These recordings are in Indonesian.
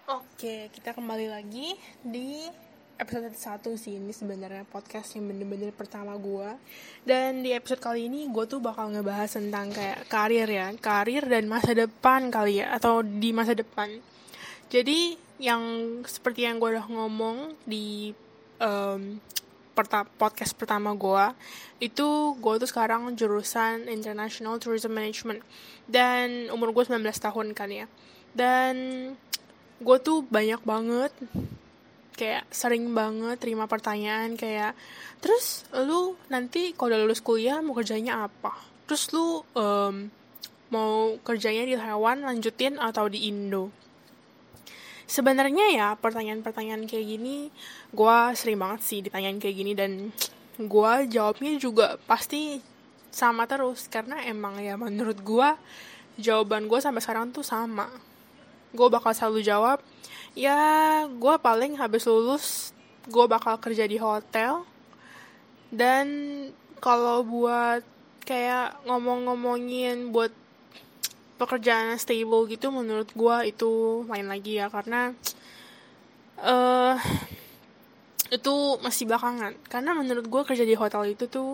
Oke, kita kembali lagi di episode 1 sih. Ini sebenarnya podcast yang bener-bener pertama gue. Dan di episode kali ini gue tuh bakal ngebahas tentang kayak karir dan masa depan kali ya, atau di masa depan. Jadi yang seperti yang gue udah ngomong di podcast pertama gue, itu gue tuh sekarang jurusan International Tourism Management. Dan umur gue 19 tahun kan ya. Dan gue tuh banyak banget, kayak sering banget terima pertanyaan kayak, terus lu nanti kalau udah lulus kuliah mau kerjanya apa? Terus lu mau kerjanya di Taiwan lanjutin atau di Indo? Sebenarnya ya pertanyaan-pertanyaan kayak gini gue sering banget sih ditanyain kayak gini, dan gue jawabnya juga pasti sama terus, karena emang ya menurut gue jawaban gue sampai sekarang tuh sama. Gue bakal selalu jawab, ya gue paling habis lulus gue bakal kerja di hotel. Dan kalau buat kayak ngomongin buat pekerjaan stable gitu, menurut gue itu lain lagi ya, karena itu masih belakangan. Karena menurut gue kerja di hotel itu tuh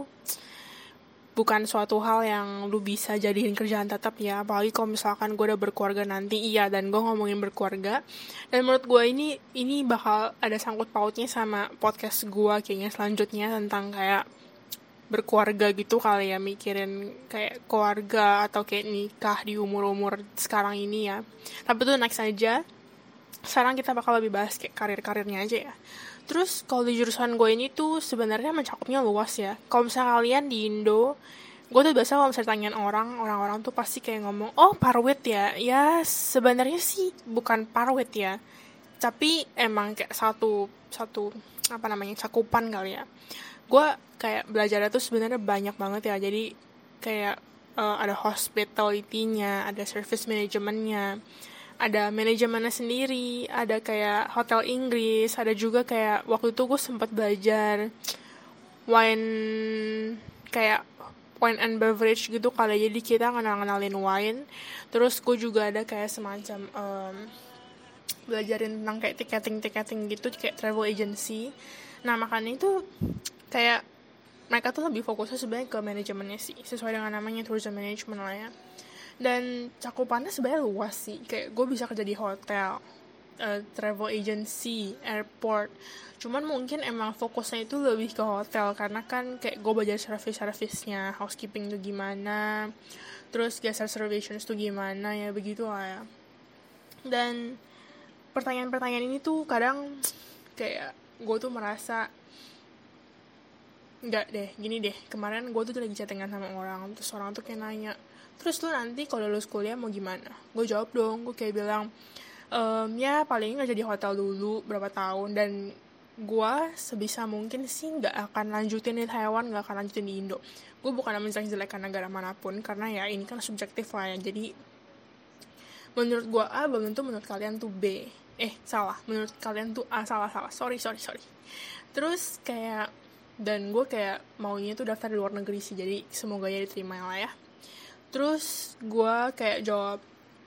bukan suatu hal yang lu bisa jadiin kerjaan tetap ya, apalagi kalau misalkan gue udah berkeluarga nanti. Iya, dan gue ngomongin berkeluarga, dan menurut gue ini bakal ada sangkut pautnya sama podcast gue kayaknya selanjutnya, tentang kayak berkeluarga gitu kali ya, mikirin kayak keluarga atau kayak nikah di umur sekarang ini ya. Tapi itu next aja. Sekarang kita bakal lebih bahas kayak karir-karirnya aja ya. Terus kalau di jurusan gue ini tuh sebenarnya mencakupnya luas ya. Kalau misalnya kalian di Indo, gue tuh biasa kalau misalnya tanyain orang tuh pasti kayak ngomong, oh parwit ya. Ya sebenarnya sih bukan parwit ya, tapi emang kayak satu cakupan kali ya. Gue kayak belajarnya tuh sebenarnya banyak banget ya. Jadi kayak ada hospitality-nya, ada service manajemennya, ada manajemennya sendiri, ada kayak hotel Inggris, ada juga kayak waktu itu gue sempat belajar wine, kayak wine and beverage gitu kali. Jadi kita kenalin wine. Terus gue juga ada kayak semacam belajarin tentang kayak tiketing gitu, kayak travel agency. Nah makanya itu kayak mereka tuh lebih fokusnya sebenarnya ke manajemennya sih, sesuai dengan namanya tourism management lah ya. Dan cakupannya sebenarnya luas sih, kayak gue bisa kerja di hotel, travel agency, airport. Cuman mungkin emang fokusnya itu lebih ke hotel, karena kan kayak gue belajar service-nya, housekeeping tuh gimana, terus guest reservations tuh gimana ya, begitu lah ya. Dan pertanyaan-pertanyaan ini tuh kadang kayak gue tuh merasa, enggak deh, gini deh, kemarin gue tuh lagi chattingan sama orang, terus orang tuh kayak nanya, terus lu nanti kalau lulus kuliah mau gimana? Gue jawab dong, gue kayak bilang, ya paling nggak jadi hotel dulu berapa tahun, dan gue sebisa mungkin sih nggak akan lanjutin di Taiwan, nggak akan lanjutin di Indo. Gue bukan menjelek-jelekan negara manapun, karena ya ini kan subjektif lah ya. Jadi menurut gue A belum tentu menurut kalian tuh B. Salah, menurut kalian tuh A. Salah, sorry. Terus kayak, dan gue kayak maunya tuh daftar di luar negeri sih, jadi semoga ya diterima lah ya. Terus gue kayak jawab,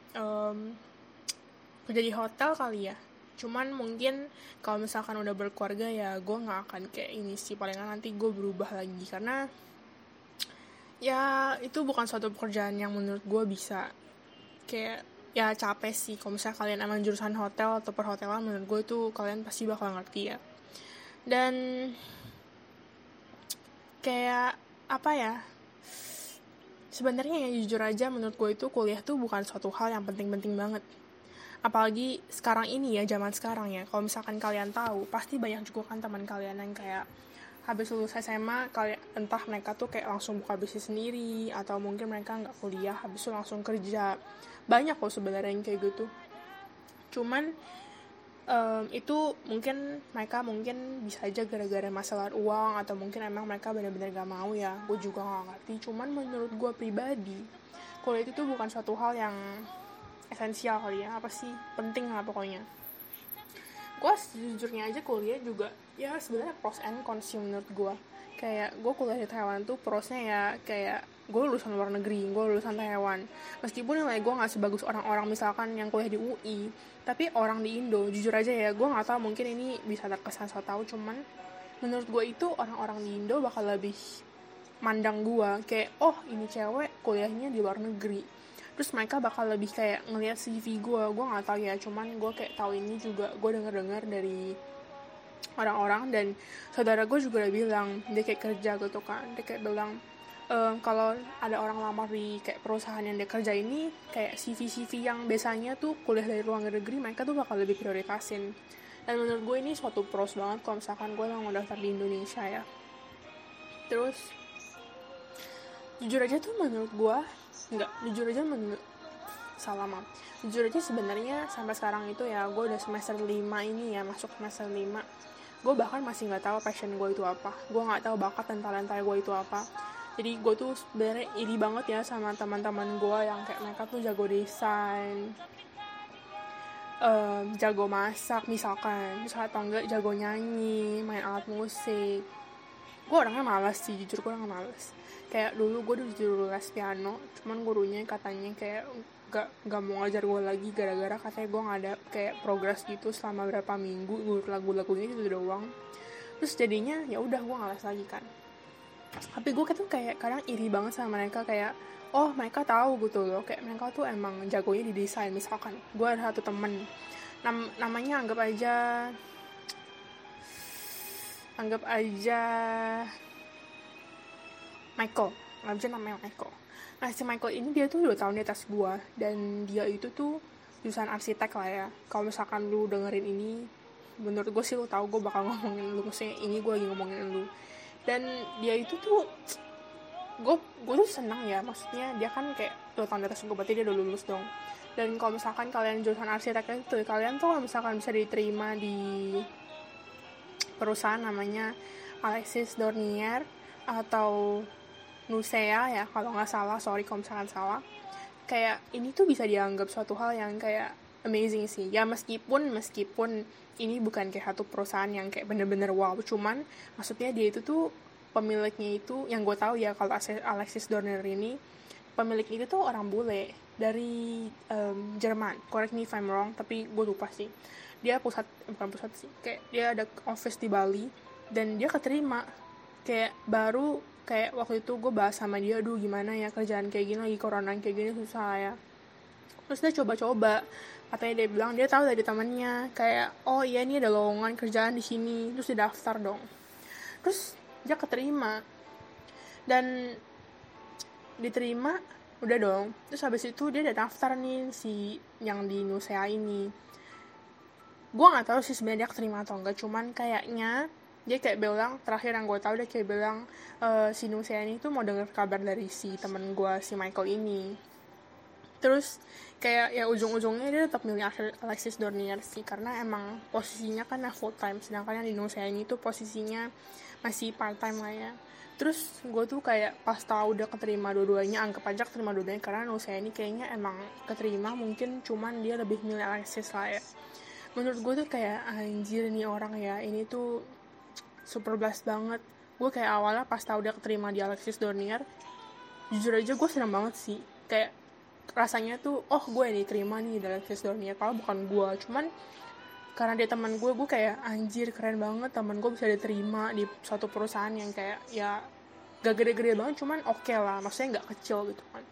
kerja di hotel kali ya. Cuman mungkin kalau misalkan udah berkeluarga ya gue gak akan kayak ini sih, palingan nanti gue berubah lagi, karena ya itu bukan suatu pekerjaan yang menurut gue bisa kayak, ya capek sih. Kalau misalnya kalian emang jurusan hotel atau perhotelan, menurut gue tuh kalian pasti bakal ngerti ya. Dan kayak apa ya, sebenarnya ya jujur aja menurut gue itu kuliah tuh bukan suatu hal yang penting-penting banget. Apalagi sekarang ini ya, zaman sekarang ya. Kalau misalkan kalian tahu, pasti banyak juga kan teman kalian yang kayak habis lulus SMA, kalian entah mereka tuh kayak langsung buka bisnis sendiri, atau mungkin mereka nggak kuliah, habis itu langsung kerja. Banyak kok sebenarnya yang kayak gitu. Cuman itu mungkin mereka bisa aja gara-gara masalah uang, atau mungkin emang mereka benar-benar gak mau ya. Gue juga gak ngerti. Cuman menurut gue pribadi, kuliah itu tuh bukan suatu hal yang esensial kali ya, apa sih, penting lah pokoknya. Gue sejujurnya aja kuliah juga ya sebenarnya pros and cons menurut gue. Kayak gue kuliah di Taiwan tuh prosnya ya kayak gue lulusan luar negeri, gue lulusan Taiwan. Meskipun nilai gue nggak sebagus orang-orang misalkan yang kuliah di UI, tapi orang di Indo, jujur aja ya, gue nggak tahu, mungkin ini bisa terkesan so tau, cuman menurut gue itu orang-orang di Indo bakal lebih mandang gue kayak, oh ini cewek kuliahnya di luar negeri. Terus mereka bakal lebih kayak ngelihat CV gue nggak tahu ya, cuman gue kayak tahu ini juga gue dengar dari orang-orang, dan saudara gue juga udah bilang dia kayak kerja gitu kan, dia kayak bilang kalau ada orang lamar di kayak perusahaan yang dia kerja ini, kayak CV yang biasanya tuh kuliah dari luar negeri, mereka tuh bakal lebih prioritasin. Dan menurut gue ini suatu pros banget kalau misalkan gue mau daftar di Indonesia ya. Terus jujur aja sebenarnya sampai sekarang itu ya, gue udah semester 5 ini ya, masuk semester 5, gue bahkan masih nggak tahu passion gue itu apa, gue nggak tahu bakat dan talenta gue itu apa. Jadi gue tuh sebenarnya iri banget ya sama teman-teman gue yang kayak mereka tuh jago desain, jago masak misalkan, terus atau enggak jago nyanyi, main alat musik. Gue orangnya malas sih, jujur gue orangnya malas. Kayak dulu gue disuruh les piano, cuman gurunya katanya kayak gak mau ngajar gue lagi gara-gara katanya gue gak ada kayak progres gitu selama berapa minggu, lagu-lagunya gitu doang. Terus jadinya ya udah gue gak les lagi kan. Tapi gue tuh kayak kadang iri banget sama mereka, kayak oh mereka tahu gitu loh, kayak mereka tuh emang jagonya di desain. Misalkan gue ada satu temen namanya anggap aja Michael, namanya Michael. Nah si Michael ini dia tuh 2 tahun di atas gue, dan dia itu tuh jurusan arsitek lah ya. Kalau misalkan lu dengerin ini, menurut gue sih lu tahu gue bakal ngomongin lu, maksudnya ini gue lagi ngomongin lu. Dan dia itu tuh gue tuh senang ya, maksudnya dia kan kayak 2 tahun di atas gue, berarti dia udah lulus dong. Dan kalau misalkan kalian jurusan arsitek itu, kalian tuh kalau misalkan bisa diterima di perusahaan namanya Alexis Dornier atau Nusea ya kalau nggak salah, sorry kalau misalkan salah. Kayak ini tuh bisa dianggap suatu hal yang kayak amazing sih ya, meskipun ini bukan kayak satu perusahaan yang kayak bener-bener wow, cuman maksudnya dia itu tuh pemiliknya itu, yang gue tahu ya kalau Alexis Dornier ini, pemiliknya itu tuh orang bule dari Jerman, correct me if I'm wrong, tapi gue lupa sih. Dia bukan pusat sih, kayak dia ada office di Bali, dan dia keterima. Kayak baru kayak waktu itu gue bahas sama dia, aduh gimana ya kerjaan kayak gini, lagi corona kayak gini susah ya. Terus dia coba-coba, katanya dia bilang dia tahu dari temannya kayak oh iya ini ada lowongan kerjaan di sini, terus dia daftar dong. Terus dia keterima dan diterima, udah dong. Terus habis itu dia udah daftar nih si yang di Nusea ini. Gue nggak tahu sih sebenarnya dia keterima atau enggak, cuman kayaknya dia kayak bilang, terakhir yang gue tahu dia kayak bilang si Nusea ini tuh mau denger kabar dari si temen gue si Michael ini. Terus kayak ya ujung-ujungnya dia tetap milih Alexis Dornier sih, karena emang posisinya kan full time, sedangkan yang di Nusea ini tuh posisinya masih part time lah ya. Terus gue tuh kayak pas tahu udah keterima dua-duanya, anggap aja keterima dua-duanya, karena Nusea ini kayaknya emang keterima, mungkin cuman dia lebih milih Alexis lah ya. Menurut gue tuh kayak anjir nih orang ya, ini tuh super blast banget. Gue kayak awalnya pas tahu dia keterima di Alexis Dornier, jujur aja gue seneng banget sih, kayak rasanya tuh oh gue nih terima nih dari Alexis Dornier, kalau bukan gue, cuman karena dia teman gue kayak anjir keren banget teman gue bisa diterima di suatu perusahaan yang kayak ya gak gede-gede banget, cuman oke lah, maksudnya gak kecil gitu kan.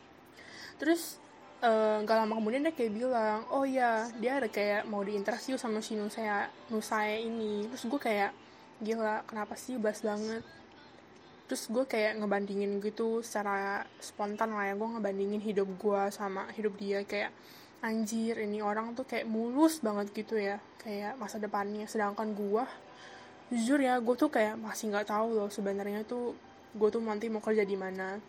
Terus gak lama kemudian dia kayak bilang oh ya dia ada kayak mau diinterview sama si Nusaya ini. Terus gue kayak gila kenapa sih bas banget. Terus gue kayak ngebandingin gitu secara spontan lah ya, gue ngebandingin hidup gue sama hidup dia, kayak anjir ini orang tuh kayak mulus banget gitu ya, kayak masa depannya, sedangkan gue jujur ya gue tuh kayak masih nggak tahu loh sebenarnya tuh gue tuh nanti mau kerja di mana.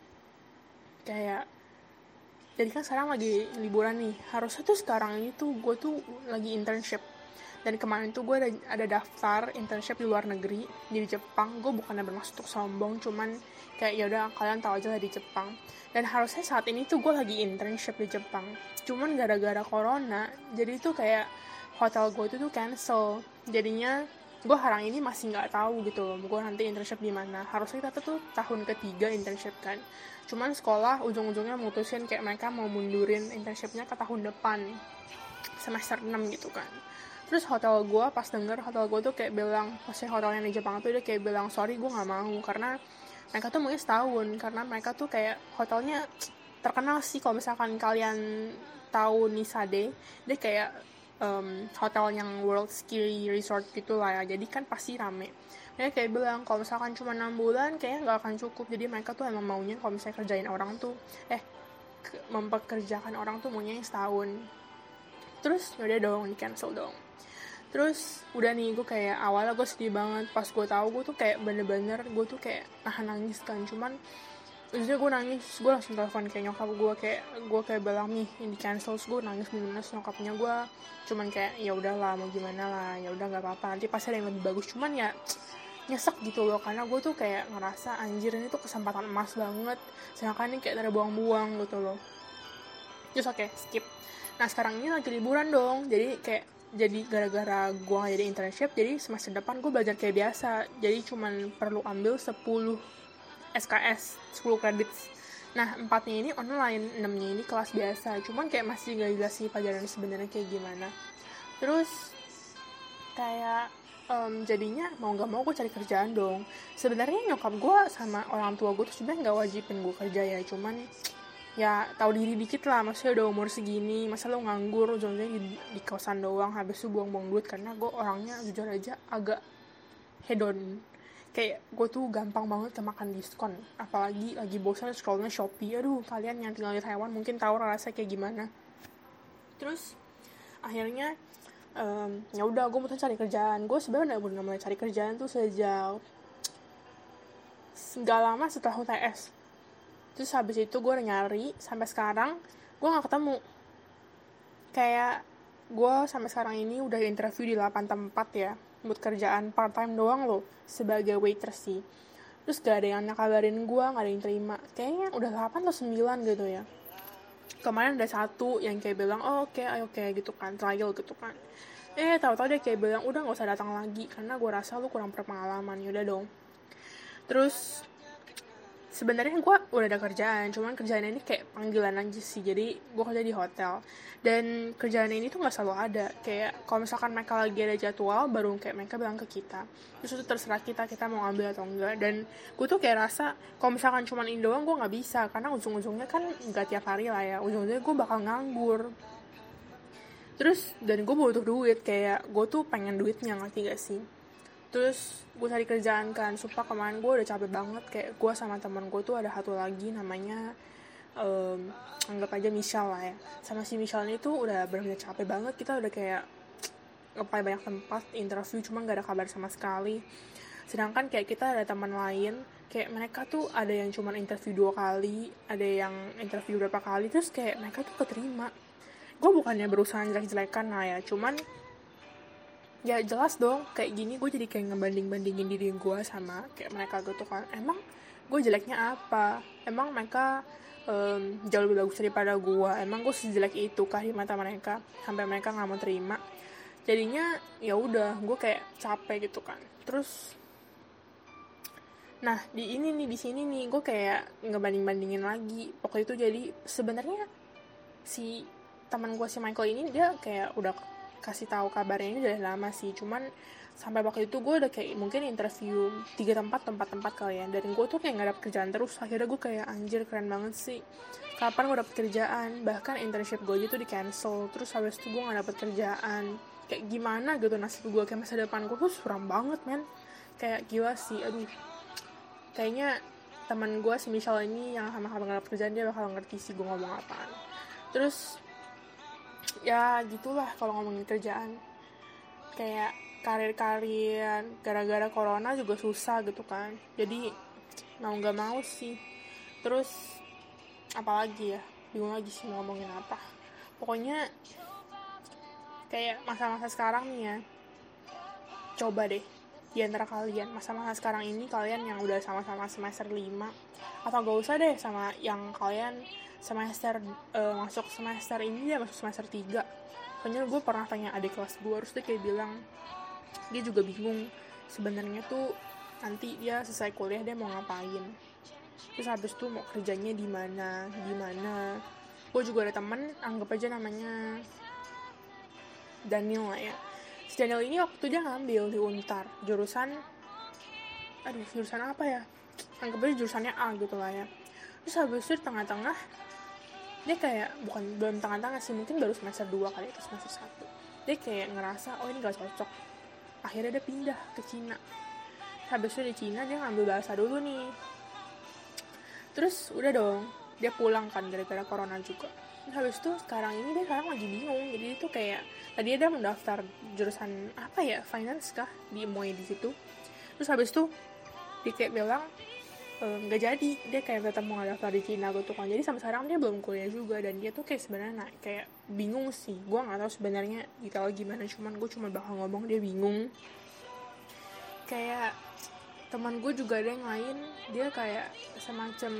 Kayak jadi kan sekarang lagi liburan nih, harusnya tuh sekarang ini tuh gue tuh lagi internship, dan kemarin tuh gue ada daftar internship di luar negeri di Jepang. Gue bukannya bermaksud untuk sombong, cuman kayak ya udah kalian tahu aja lah di Jepang. Dan harusnya saat ini tuh gue lagi internship di Jepang, cuman gara-gara corona jadi tuh kayak hotel gue itu tuh cancel. Jadinya gue sekarang ini masih nggak tahu gitu loh gue nanti internship di mana. Harusnya kita tuh tahun ketiga internship kan, cuman sekolah ujung-ujungnya mutusin kayak mereka mau mundurin internshipnya ke tahun depan semester 6 gitu kan. Terus hotel gue pas denger, hotel gue tuh kayak bilang, pasti hotelnya di Jepang tuh dia kayak bilang sorry gue nggak mau, karena mereka tuh mungkin setahun, karena mereka tuh kayak hotelnya terkenal sih. Kalau misalkan kalian tahu Nisade, dia kayak hotel yang World Ski Resort gitu lah ya, jadi kan pasti rame. Mereka kayak bilang kalau misalkan cuma 6 bulan kayaknya nggak akan cukup, jadi mereka tuh emang maunya kalau misalnya kerjain orang tuh mempekerjakan orang tuh maunya yang setahun. Terus yaudah dong, di cancel dong. Terus udah nih, gue kayak awalnya gue sedih banget pas gue tahu. Gue tuh kayak bener-bener gue tuh kayak nahan nangis kan, cuman ujungnya gue nangis. Gue langsung telepon kayak nyokap gue kayak bilang nih ini cancel. Gue nangis bener-bener. Nyokapnya gue cuman kayak ya udahlah mau gimana lah, ya udah nggak apa-apa, nanti pasti ada yang lebih bagus. Cuman ya nyesek gitu loh, karena gue tuh kayak ngerasa anjir ini tuh kesempatan emas banget, sedangkan ini kayak terbuang-buang gitu loh. Terus oke, skip. Nah sekarang ini lagi liburan dong, jadi gara-gara gue gak jadi internship, jadi semester depan gue belajar kayak biasa. Jadi cuman perlu ambil 10 SKS, 10 credits. Nah 4-nya ini online, 6-nya ini kelas biasa. Cuman kayak masih gak jelas sih pelajaran sebenarnya kayak gimana. Terus kayak jadinya mau gak mau gue cari kerjaan dong. Sebenarnya nyokap gue sama orang tua gue tuh sebenarnya gak wajibin gue kerja ya, cuman ya tahu diri dikit lah, maksudnya udah umur segini masa lo nganggur ujung-ujungnya di kosan doang, habis itu buang-buang duit. Karena gue orangnya jujur aja agak hedon, kayak gue tuh gampang banget kemakan diskon, apalagi lagi bosan scrollnya Shopee. Aduh, kalian yang tinggal di Taiwan mungkin tahu rasanya kayak gimana. Terus akhirnya ya udah gue mau cari kerjaan. Gue sebenarnya udah mulai cari kerjaan tuh sejak nggak lama setelah UTS. Terus habis itu gue udah nyari sampai sekarang gue nggak ketemu. Kayak gue sampai sekarang ini udah interview di 8 tempat ya, buat kerjaan part time doang loh sebagai waitress sih. Terus gak ada yang nakabarin gue, gak ada yang terima. Kayaknya udah 8 atau 9 gitu ya. Kemarin ada satu yang kayak bilang oh oke gitu kan, trial gitu kan. Tahu-tahu dia kayak bilang udah nggak usah datang lagi karena gue rasa lu kurang berpengalaman. Yaudah dong. Terus sebenarnya gue udah ada kerjaan, cuman kerjaan ini kayak panggilan aja sih. Jadi gue kerja di hotel, dan kerjaan ini tuh nggak selalu ada. Kayak kalau misalkan mereka lagi ada jadwal, baru kayak mereka bilang ke kita. Terus itu terserah kita mau ambil atau enggak. Dan gue tuh kayak rasa kalau misalkan cuman ini doang gue nggak bisa, karena ujung-ujungnya kan nggak tiap hari lah ya. Ujung-ujungnya gue bakal nganggur. Terus dan gue butuh duit, kayak gue tuh pengen duitnya, ngerti gak sih? Terus gue cari kerjaan kan, sumpah kemarin gue udah capek banget. Kayak gue sama teman gue tuh ada satu lagi namanya anggap aja Michelle lah ya. Sama si Michelle ini tuh udah benar-benar capek banget. Kita udah kayak apply banyak tempat interview, cuma gak ada kabar sama sekali. Sedangkan kayak kita ada teman lain, kayak mereka tuh ada yang cuma interview 2 kali, ada yang interview berapa kali, terus kayak mereka tuh keterima. Gue bukannya berusaha jelek-jelekan lah ya, cuman ya jelas dong kayak gini gue jadi kayak ngebanding-bandingin diri gue sama kayak mereka gitu kan. Emang gue jeleknya apa? Emang mereka jauh lebih bagus daripada gue? Emang gue sejelek itu kah di mata mereka sampai mereka nggak mau terima? Jadinya ya udah gue kayak capek gitu kan. Terus nah di sini nih gue kayak ngebanding-bandingin lagi. Pokoknya itu jadi sebenarnya si teman gue si Michael ini dia kayak udah kasih tahu kabarnya ini udah lama sih, cuman sampai waktu itu gue udah kayak mungkin interview 3 tempat kalian, dan gue tuh kayak nggak dapet kerjaan terus. Akhirnya gue kayak anjir keren banget sih, kapan gue dapet kerjaan? Bahkan internship gue aja tuh di cancel. Terus habis itu gue nggak dapet kerjaan, kayak gimana gitu nasib gue, kayak masa depan gue tuh suram banget men, kayak gila sih. Aduh, kayaknya teman gue si Michelle ini yang sama-sama nggak dapet kerjaan, dia bakal ngerti sih gue ngomong apaan. Terus ya gitulah kalau ngomongin kerjaan, kayak karir gara-gara corona juga susah gitu kan. Jadi mau nggak mau sih. Terus apalagi ya, bingung lagi sih mau ngomongin apa. Pokoknya kayak masa-masa sekarang nih ya, coba deh di antara kalian masa-masa sekarang ini, kalian yang udah sama-sama semester 5, atau gak usah deh sama yang kalian semester masuk semester ini ya, masuk semester 3. Soalnya gue pernah tanya adik kelas gue, terus dia kayak bilang dia juga bingung sebenarnya tuh nanti dia selesai kuliah dia mau ngapain, terus habis itu mau kerjanya di mana gimana. Gue juga ada temen, anggap aja namanya Daniel lah ya. Si Daniel ini waktu dia ngambil di Untar jurusan apa ya, anggap aja jurusannya A gitu lah ya. Terus habis itu di tengah-tengah dia kayak, belum tengah-tengah sih, mungkin baru semester 2 kali atau semester 1, dia kayak ngerasa oh ini gak cocok, akhirnya dia pindah ke Cina. Habis itu di Cina dia ngambil bahasa dulu nih, terus udah dong dia pulang kan gara-gara corona juga. Terus habis itu sekarang lagi bingung, jadi itu kayak tadi dia mendaftar jurusan apa ya, finance kah di MUI di situ. Terus habis itu dia kayak bilang nggak jadi, dia kayak tetap mau daftar di Cina gitu kan. Jadi sampai sekarang dia belum kuliah juga, dan dia tuh kayak sebenarnya kayak bingung sih. Gue nggak tahu sebenarnya detail gimana, cuman gue cuma bakal ngomong dia bingung. Kayak teman gue juga ada yang lain, dia kayak semacam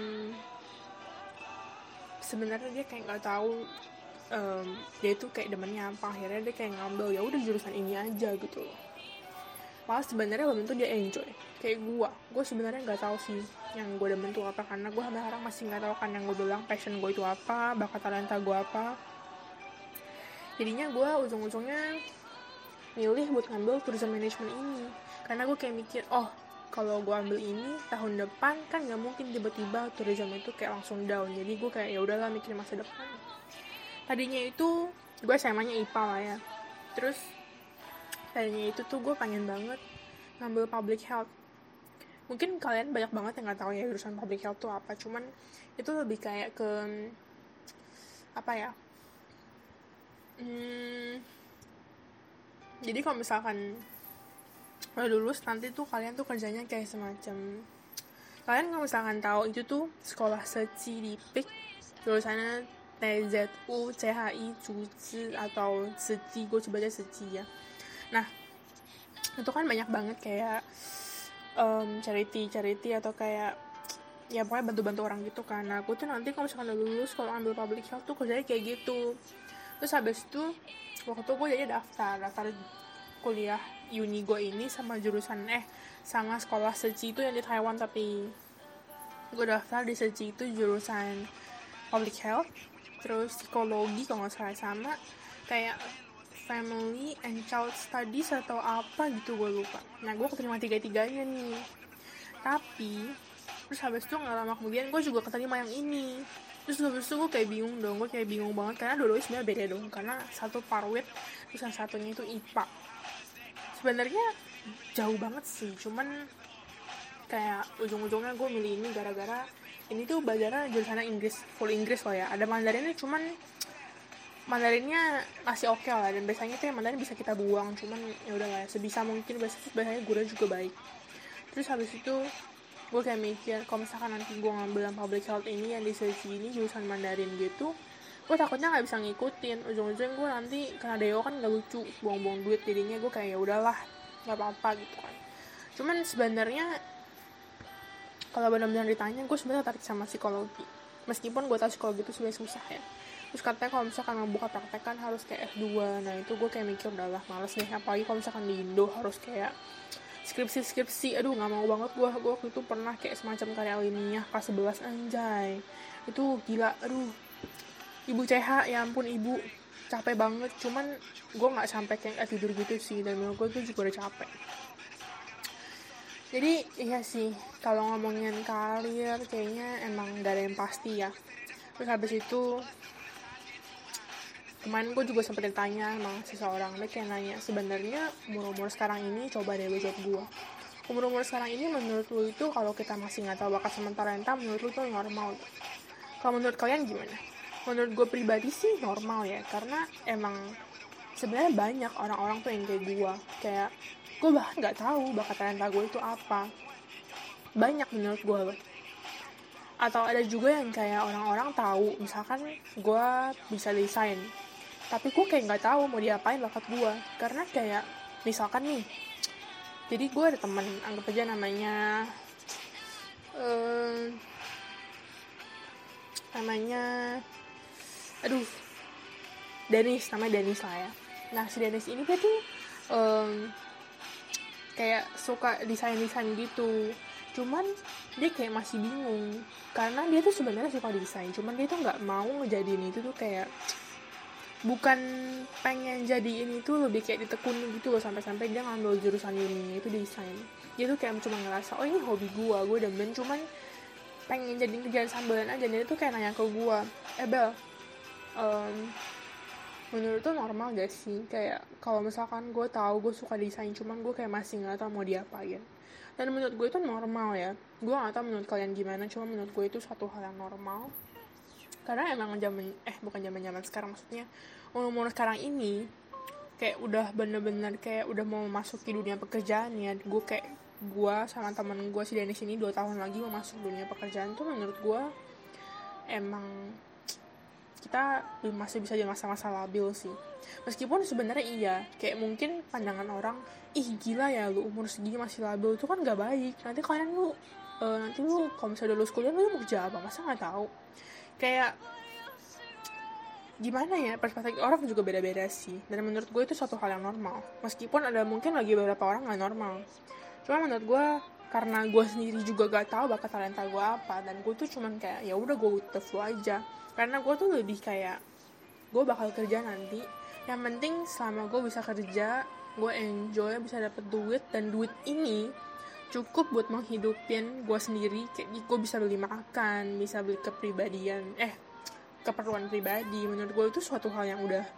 sebenarnya dia kayak nggak tahu dia tuh kayak demennya apa, akhirnya dia kayak ngambil ya udah jurusan ini aja gitu loh. Malah sebenarnya belum tentu dia enjoy kayak gue sebenarnya nggak tahu sih yang gue demen tuh apa, karena gue sampai sekarang masih nggak tahu kan yang gue bilang passion gue itu apa, bakat talenta gue apa. Jadinya gue ujung-ujungnya milih buat ngambil tourism management ini, karena gue kayak mikir kalau gue ambil ini tahun depan kan nggak mungkin tiba-tiba tourism itu kayak langsung down. Jadi gue kayak ya udahlah mikir masa depan. Tadinya itu gue SMA-nya IPA lah ya, terus tadinya itu tuh gue pengen banget ngambil public health. Mungkin kalian banyak banget yang nggak tahu ya jurusan public health tuh apa, cuman itu lebih kayak ke apa ya, jadi kalau misalkan udah lulus nanti tuh kalian tuh kerjanya kayak semacam, kalian kalau misalkan tahu itu tuh sekolah Seci di PIK, jurusannya TZU, CHI, Cuci atau Seci, gue coba aja Seci ya. Nah itu kan banyak banget kayak charity atau kayak ya pokoknya bantu-bantu orang gitu kan. Nah aku tuh nanti kalau misalkan udah lulus, kalau ambil public health tuh kerjanya kayak gitu. Terus habis itu waktu gue jadi daftar kuliah uni gue ini sama jurusan sama sekolah Seci itu yang di Taiwan, tapi gue daftar di Seci itu jurusan public health, terus psikologi kalau nggak salah, sama kayak family and child studies atau apa gitu gue lupa. Nah gue keterima 3-3-nya nih, tapi terus habis itu nggak lama kemudian gue juga keterima yang ini. Terus habis itu gue kayak bingung banget karena dua-duanya sebenarnya beda dong, karena satu parwit terus yang satunya itu IPA. Sebenarnya jauh banget sih, cuman kayak ujung-ujungnya gue milih ini gara-gara ini tuh belajarnya jurusannya Inggris, full Inggris loh ya. Ada Mandarinnya, cuman Mandarinnya masih oke lah, dan biasanya tuh yang Mandarin bisa kita buang, cuman ya udah lah, sebisa mungkin biasanya gurunya juga baik. Terus habis itu gue kayak mikir kalau misalkan nanti gue ngambil yang public health ini yang di sesi ini jurusan Mandarin gitu, gue takutnya nggak bisa ngikutin, ujung-ujungnya gue nanti karena Deo kan nggak lucu, buang-buang duit. Jadinya gue kayak ya udahlah nggak apa-apa gitu kan. Cuman sebenarnya kalau benar-benar ditanya, gue sebenarnya tertarik sama psikologi, meskipun gue tahu psikologi itu sebenarnya susah ya. Terus katanya kalau misalkan mau buka praktek kan harus kayak F2. Nah itu gue kayak mikir udahlah males nih, apalagi kalau misalkan di Indo harus kayak skripsi, aduh nggak mau banget gue waktu itu pernah kayak semacam karya ilmiah kelas 11, anjay itu gila, aduh ibu CH, ya ampun ibu, capek banget. Cuman gue nggak sampai kayak tidur gitu sih, dan menurut gue itu juga udah capek. Jadi iya sih, kalau ngomongin karir kayaknya emang gak ada yang pasti ya. Terus habis itu kemarin gue juga sempat ditanya sama seseorang, dia kayak nanya, sebenarnya umur sekarang ini, coba deh jawab gue, umur sekarang ini menurut lu itu kalau kita masih nggak tahu bakat sama talenta, menurut lu itu normal? Kalau menurut kalian gimana? Menurut gue pribadi sih normal ya, karena emang sebenarnya banyak orang-orang tuh yang kayak gue bahkan nggak tahu bakat talenta gue itu apa, banyak menurut gue loh. Atau ada juga yang kayak orang-orang tahu, misalkan gue bisa desain, tapi gue kayak nggak tahu mau diapain bakat gue, karena kayak misalkan nih, jadi gue ada teman, anggap aja namanya namanya Dennis lah ya. Nah si Dennis ini dia tuh kayak suka desain gitu. Cuman dia kayak masih bingung karena dia tuh sebenarnya suka desain, cuman dia tuh nggak mau ngejadiin itu tuh kayak, bukan pengen jadiin itu, lebih kayak ditekunin gitu loh, sampai-sampai dia ngambil jurusan uni itu desain. Dia tuh kayak cuma ngerasa, oh ini hobi gue demen, cuman pengen jadiin kerjaan sambilan aja. Dan dia tuh kayak nanya ke gue, Bel, menurut tuh normal gak sih kayak kalau misalkan gue tahu gue suka desain, cuman gue kayak masih nggak tahu mau diapain. Dan menurut gue itu normal ya, gue nggak tahu menurut kalian gimana, cuma menurut gue itu satu hal yang normal. Karena emang bukan zaman sekarang, maksudnya umur sekarang ini kayak udah bener-bener kayak udah mau masuk ke dunia pekerjaan ya. Gue sama temen gue si Dennis ini 2 tahun lagi mau masuk dunia pekerjaan tuh, menurut gue emang kita masih bisa di masa-masa labil sih. Meskipun sebenarnya iya, kayak mungkin pandangan orang, ih gila ya lu umur segini masih labil, itu kan gak baik. Nanti lu kalau misalnya udah lulus kuliah lu mau kerja apa, masa nggak tahu. Kayak gimana ya, perspektif orang juga beda-beda sih. Dan menurut gue itu suatu hal yang normal, meskipun ada mungkin lagi beberapa orang nggak normal. Cuma menurut gue, karena gue sendiri juga gak tahu bakat talenta gue apa, dan gue tuh cuman kayak ya udah gue with the flow aja. Karena gue tuh lebih kayak, gue bakal kerja nanti, yang penting selama gue bisa kerja, gue enjoy, bisa dapet duit, dan duit ini cukup buat menghidupin gue sendiri. Kayak gue bisa beli makan, bisa beli keperluan pribadi. Menurut gue itu suatu hal yang udah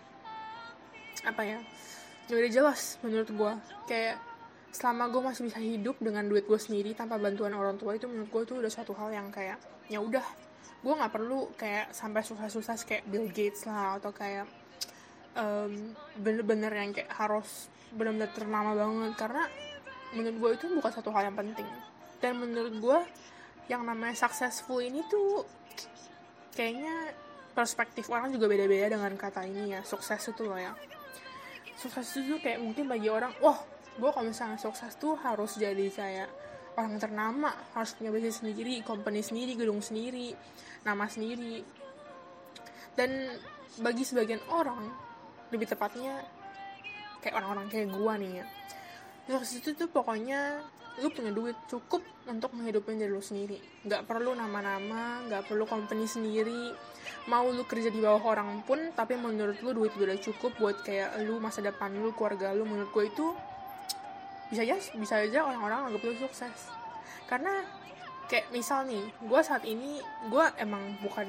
udah jelas menurut gue. Kayak selama gue masih bisa hidup dengan duit gue sendiri tanpa bantuan orang tua, itu menurut gue itu udah suatu hal yang kayak ya udah, gue nggak perlu kayak sampai susah-susah kayak Bill Gates lah, atau kayak bener-bener yang kayak harus bener-bener ternama banget. Karena menurut gue itu bukan satu hal yang penting. Dan menurut gue yang namanya successful ini tuh kayaknya perspektif orang juga beda-beda dengan kata ini ya, sukses itu loh ya. Sukses itu kayak mungkin bagi orang, wah gue kalau misalnya sukses tuh harus jadi kayak orang ternama, harus punya bisnis sendiri, company sendiri, gedung sendiri, nama sendiri. Dan bagi sebagian orang, lebih tepatnya kayak orang-orang kayak gue nih ya, sukses itu tuh pokoknya lu punya duit cukup untuk menghidupin diri lu sendiri. Gak perlu nama-nama, gak perlu company sendiri, mau lu kerja di bawah orang pun, tapi menurut lu duit udah cukup buat kayak lu, masa depan lu, keluarga lu. Menurut gue itu bisa aja orang-orang anggap lu sukses. Karena kayak misal nih, gue saat ini gue emang bukan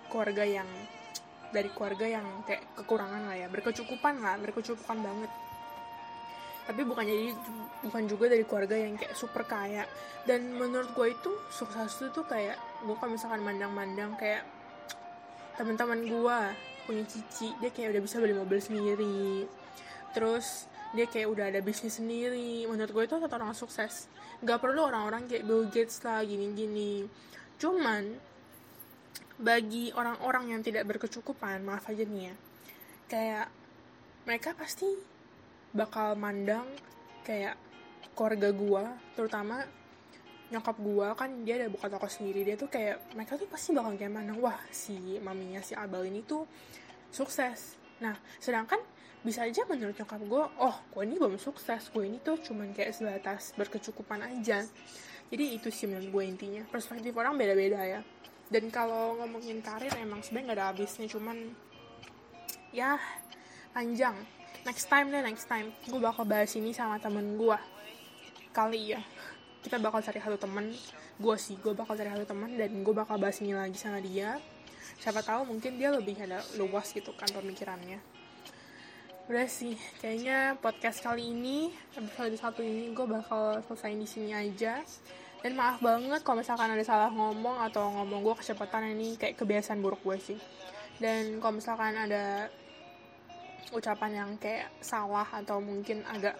dari keluarga yang kayak kekurangan lah ya, berkecukupan banget. Tapi bukan juga dari keluarga yang kayak super kaya. Dan menurut gue itu sukses itu kayak, gue kalau misalkan mandang-mandang kayak teman-teman gue punya cici, dia kayak udah bisa beli mobil sendiri, terus dia kayak udah ada bisnis sendiri. Menurut gue itu satu orang sukses. Gak perlu orang-orang kayak Bill Gates lah gini-gini. Cuman bagi orang-orang yang tidak berkecukupan, maaf aja nih ya, kayak mereka pasti bakal mandang kayak keluarga gue, terutama nyokap gue, kan dia ada buka toko sendiri. Dia tuh kayak, mereka tuh pasti bakal kayak mandang, wah si maminya si Abel ini tuh sukses. Nah sedangkan bisa aja menurut nyokap gue, oh gue ini belum sukses, gue ini tuh cuman kayak sebatas berkecukupan aja. Jadi itu sih menurut gue intinya, perspektif orang beda-beda ya. Dan kalau ngomongin karir emang sebenarnya gak ada habisnya, cuman ya panjang. Next time gue bakal bahas ini sama temen gue kali ya. Kita bakal cari satu temen, gue bakal cari satu temen, dan gue bakal bahas ini lagi sama dia. Siapa tahu mungkin dia lebih ada luas gitu kan pemikirannya. Udah sih, kayaknya podcast kali ini, episode 1 ini gue bakal selesaiin di sini aja. Dan maaf banget kalau misalkan ada salah ngomong atau ngomong gue kecepatan, ini kayak kebiasaan buruk gue sih. Dan kalau misalkan ada ucapan yang kayak salah atau mungkin agak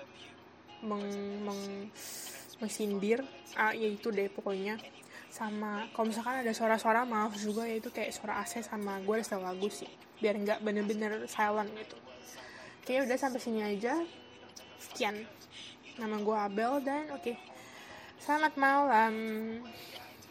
mengsindir, ya itu deh pokoknya. Sama kalau misalkan ada suara-suara, maaf juga ya, itu kayak suara AC sama gue ada lagu sih, biar nggak bener-bener silent gitu. Oke, udah sampai sini aja. Sekian. Nama gue Abel dan oke. Selamat malam.